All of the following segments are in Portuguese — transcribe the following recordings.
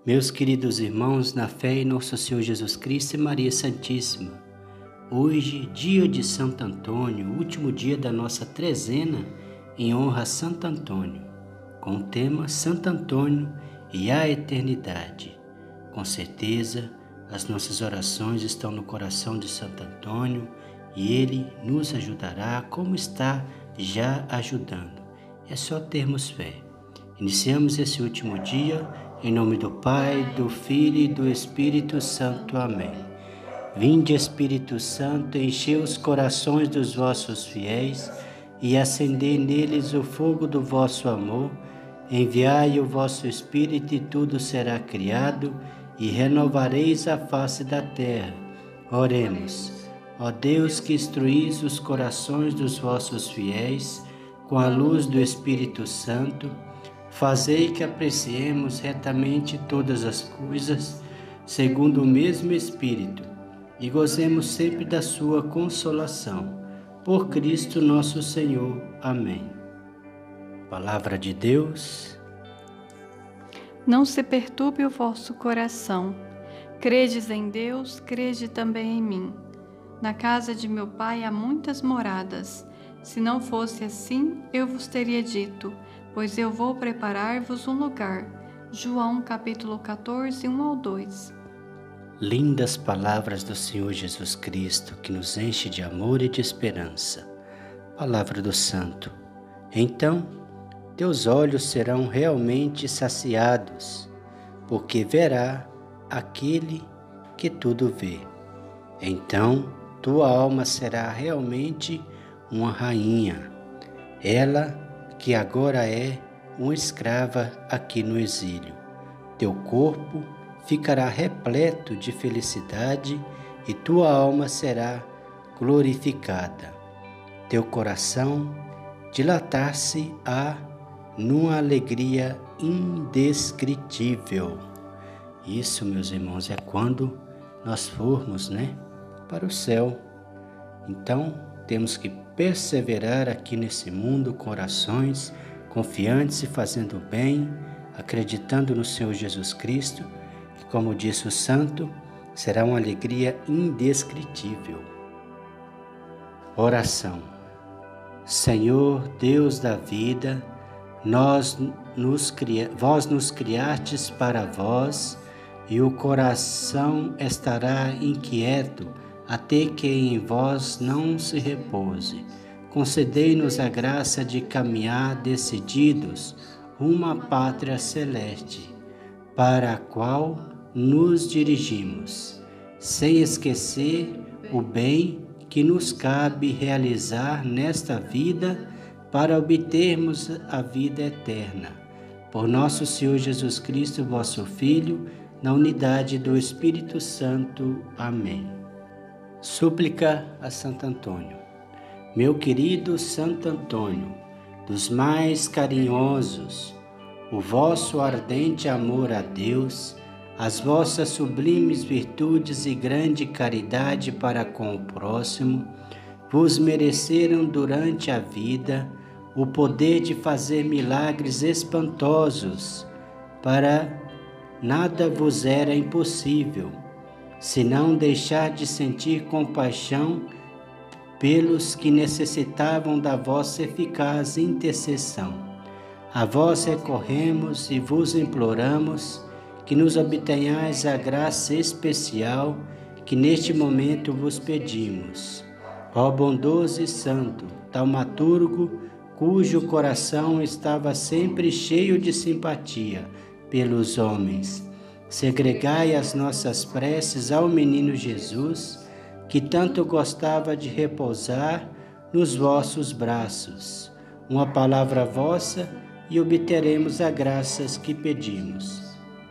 Meus queridos irmãos, na fé em nosso Senhor Jesus Cristo e Maria Santíssima, hoje, dia de Santo Antônio, último dia da nossa trezena em honra a Santo Antônio, com o tema Santo Antônio e a Eternidade. Com certeza, as nossas orações estão no coração de Santo Antônio e ele nos ajudará como está já ajudando. É só termos fé. Iniciamos esse último dia em nome do Pai, do Filho e do Espírito Santo. Amém. Vinde, Espírito Santo, enchei os corações dos vossos fiéis e acendei neles o fogo do vosso amor. Enviai o vosso Espírito e tudo será criado e renovareis a face da terra. Oremos. Ó Deus, que instruís os corações dos vossos fiéis com a luz do Espírito Santo, fazei que apreciemos retamente todas as coisas, segundo o mesmo Espírito, e gozemos sempre da sua consolação. Por Cristo nosso Senhor. Amém. Palavra de Deus. Não se perturbe o vosso coração. Credes em Deus, crede também em mim. Na casa de meu Pai há muitas moradas. Se não fosse assim, eu vos teria dito, pois eu vou preparar-vos um lugar. João capítulo 14, 1 ao 2. Lindas palavras do Senhor Jesus Cristo, que nos enche de amor e de esperança. Palavra do Santo. Então, teus olhos serão realmente saciados, porque verá aquele que tudo vê. Então, tua alma será realmente uma rainha, ela que agora é uma escrava aqui no exílio. Teu corpo ficará repleto de felicidade e tua alma será glorificada. Teu coração dilatar-se-á numa alegria indescritível. Isso, meus irmãos, é quando nós formos, para o céu. Então, temos que perseverar aqui nesse mundo com orações, confiantes e fazendo o bem, acreditando no Senhor Jesus Cristo, que, como disse o santo, será uma alegria indescritível. Oração. Senhor, Deus da vida, vós nos criastes para vós, e o coração estará inquieto até que em vós não se repouse. Concedei-nos a graça de caminhar decididos rumo à pátria celeste, para a qual nos dirigimos, sem esquecer o bem que nos cabe realizar nesta vida para obtermos a vida eterna. Por nosso Senhor Jesus Cristo, vosso Filho, na unidade do Espírito Santo. Amém. Súplica a Santo Antônio. Meu querido Santo Antônio, dos mais carinhosos, o vosso ardente amor a Deus, as vossas sublimes virtudes e grande caridade para com o próximo, vos mereceram durante a vida o poder de fazer milagres espantosos. Para nada vos era impossível, senão deixar de sentir compaixão pelos que necessitavam da vossa eficaz intercessão. A vós recorremos e vos imploramos que nos obtenhais a graça especial que neste momento vos pedimos. Ó bondoso e santo taumaturgo, cujo coração estava sempre cheio de simpatia pelos homens, segregai as nossas preces ao menino Jesus, que tanto gostava de repousar nos vossos braços. Uma palavra vossa e obteremos as graças que pedimos.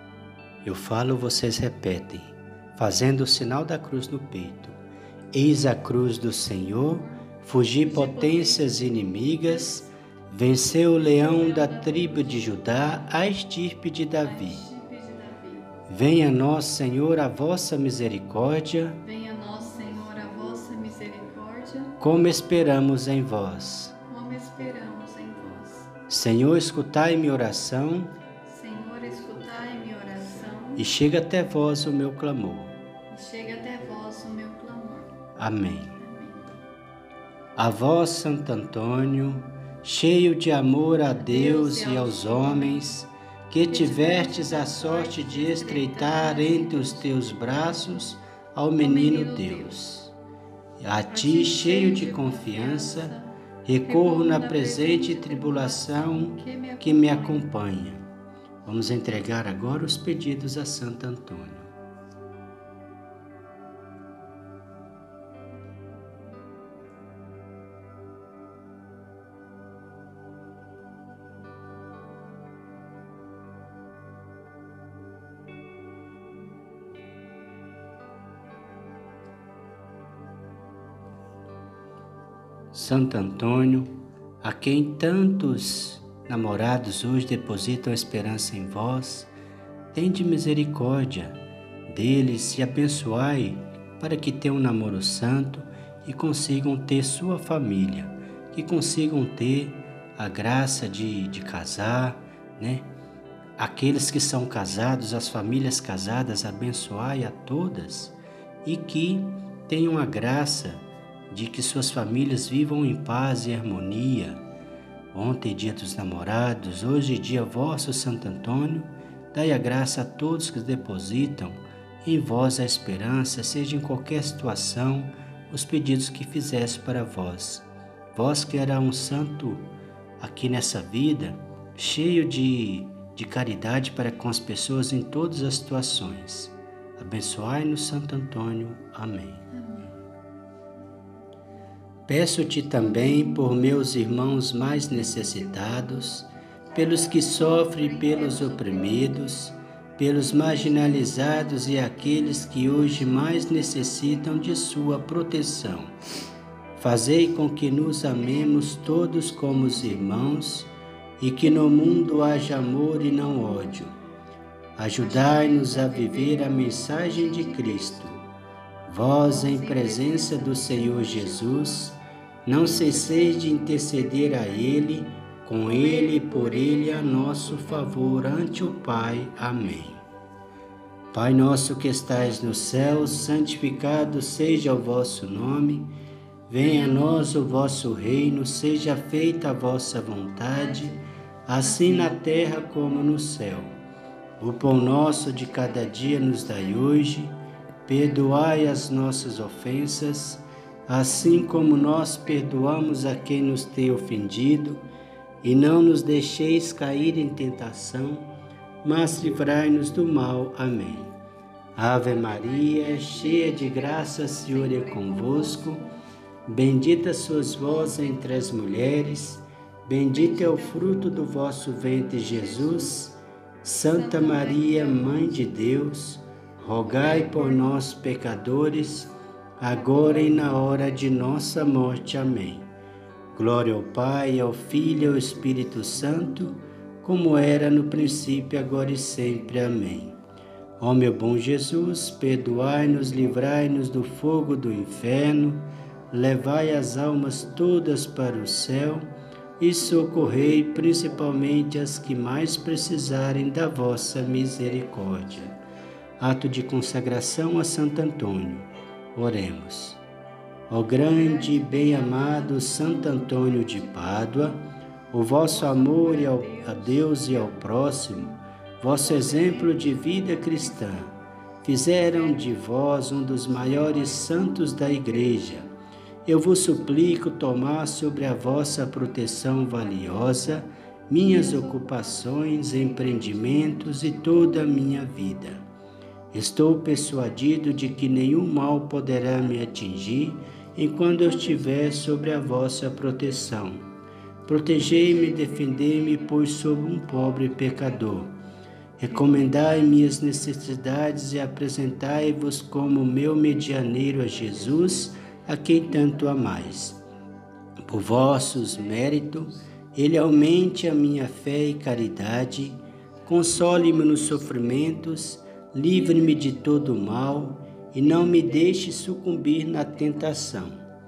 Eu falo, vocês repetem, fazendo o sinal da cruz no peito. Eis a cruz do Senhor, fugi potências inimigas, venceu o leão da tribo de Judá, a estirpe de Davi. Venha a nós, Senhor, a vossa misericórdia. Venha a nós, Senhor, a vossa misericórdia. Como esperamos em vós. Como esperamos em vós. Senhor, escutai minha oração. Senhor, escutai minha oração. e chega até vós o meu clamor. Amém. A vós, Santo Antônio, cheio de amor a Deus e aos homens, que tivestes a sorte de estreitar entre os teus braços ao menino Deus. A ti, cheio de confiança, recorro na presente tribulação que me acompanha. Vamos entregar agora os pedidos a Santo Antônio. Santo Antônio, a quem tantos namorados hoje depositam a esperança em vós, tende misericórdia deles e abençoai para que tenham um namoro santo e consigam ter sua família, que consigam ter a graça de casar, né? Aqueles que são casados, as famílias casadas, abençoai a todas e que tenham a graça de que suas famílias vivam em paz e harmonia. Ontem, dia dos namorados, hoje, dia vosso, Santo Antônio, dai a graça a todos que depositam em vós a esperança, seja em qualquer situação, os pedidos que fizesse para vós. Vós que era um santo aqui nessa vida, cheio de caridade para com as pessoas em todas as situações. Abençoai-nos, Santo Antônio. Amém. Peço-te também por meus irmãos mais necessitados, pelos que sofrem, pelos oprimidos, pelos marginalizados e aqueles que hoje mais necessitam de sua proteção. Fazei com que nos amemos todos como os irmãos e que no mundo haja amor e não ódio. Ajudai-nos a viver a mensagem de Cristo. Vós, em presença do Senhor Jesus, não cesseis de interceder a Ele, com Ele e por Ele a nosso favor ante o Pai. Amém. Pai nosso que estais no céu, santificado seja o vosso nome. Venha a nós o vosso reino, seja feita a vossa vontade, assim na terra como no céu. O pão nosso de cada dia nos dai hoje, perdoai as nossas ofensas, assim como nós perdoamos a quem nos tem ofendido, e não nos deixeis cair em tentação, mas livrai-nos do mal. Amém. Ave Maria, cheia de graça, o Senhor é convosco. Bendita sois vós entre as mulheres, bendito é o fruto do vosso ventre, Jesus. Santa Maria, Mãe de Deus, rogai por nós, pecadores, agora e na hora de nossa morte. Amém. Glória ao Pai, ao Filho e ao Espírito Santo, como era no princípio, agora e sempre. Amém. Ó meu bom Jesus, perdoai-nos, livrai-nos do fogo do inferno, levai as almas todas para o céu e socorrei principalmente as que mais precisarem da vossa misericórdia. Ato de consagração a Santo Antônio. Oremos. Ó grande e bem-amado Santo Antônio de Pádua, o vosso amor a Deus e ao próximo, vosso exemplo de vida cristã, fizeram de vós um dos maiores santos da Igreja. Eu vos suplico tomar sobre a vossa proteção valiosa minhas ocupações, empreendimentos e toda a minha vida. Estou persuadido de que nenhum mal poderá me atingir enquanto eu estiver sobre a vossa proteção. Protegei-me e defendei-me, pois sou um pobre pecador. Recomendai minhas necessidades e apresentai-vos como meu medianeiro a Jesus, a quem tanto amais. Por vossos méritos, Ele aumente a minha fé e caridade, console-me nos sofrimentos, livre-me de todo o mal e não me deixe sucumbir na tentação.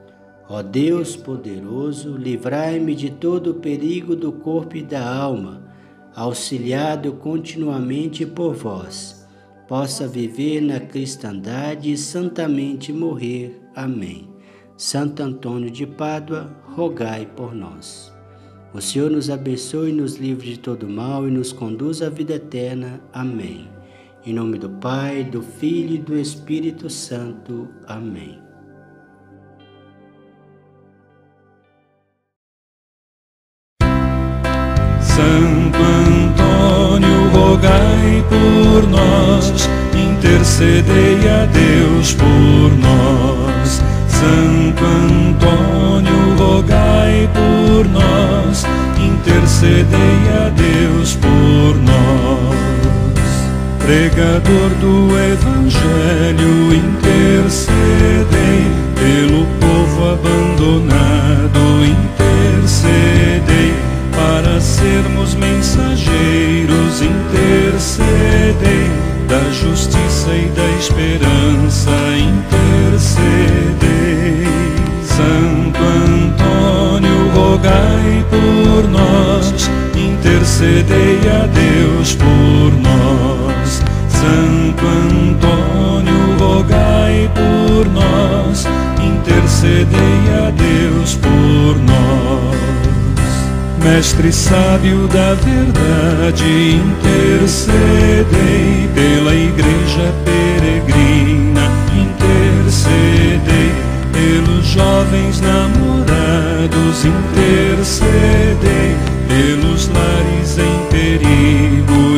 Ó Deus poderoso, livrai-me de todo o perigo do corpo e da alma, auxiliado continuamente por vós. possa viver na cristandade e santamente morrer. Amém. Santo Antônio de Pádua, rogai por nós. O Senhor nos abençoe e nos livre de todo mal e nos conduz à vida eterna. Amém. Em nome do Pai, do Filho e do Espírito Santo. Amém. Santo Antônio, rogai por nós, intercedei a Deus por nós. Santo Antônio, rogai por nós, intercedei a Deus por nós. Pregador do Evangelho, intercedei pelo povo abandonado, intercedei para sermos mensageiros, intercedei da justiça e da esperança, intercedei. Santo Antônio, rogai por nós, intercedei a Deus por nós. Santo Antônio, rogai por nós, intercedei a Deus por nós. Mestre sábio da verdade, intercedei pela Igreja peregrina, intercedei pelos jovens namorados, intercedei pelos lares em perigo,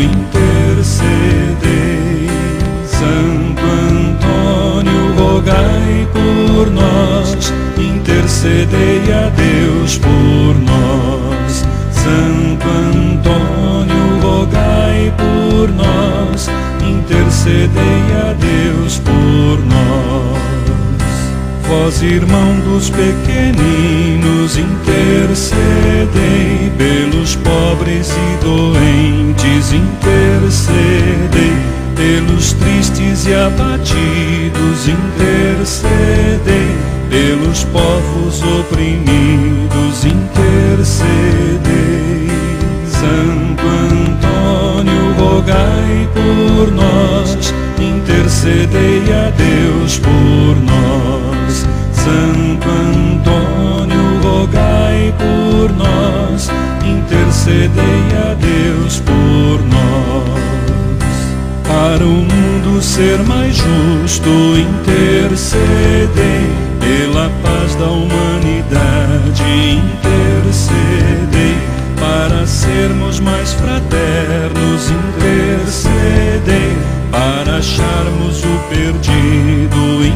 intercedei. Santo Antônio, rogai por nós, intercedei a Deus por nós. Santo Antônio, rogai por nós, intercedei a Deus por nós. Vós, irmão dos pequeninos, intercedei pelos pobres e doentes, intercedei pelos tristes e abatidos, intercedei pelos povos oprimidos, intercedei. Santo Antônio, rogai por nós, intercedei a Deus por nós. Santo Antônio, rogai por nós, intercedei a Deus por nós. Para o mundo ser mais justo, intercedei pela paz da humanidade, intercedei para sermos mais fraternos, intercedei para acharmos o perdido,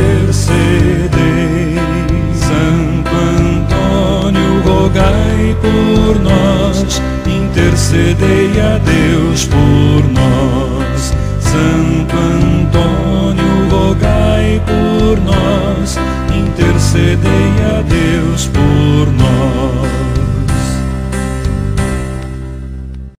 intercedei. Santo Antônio, rogai por nós, intercedei a Deus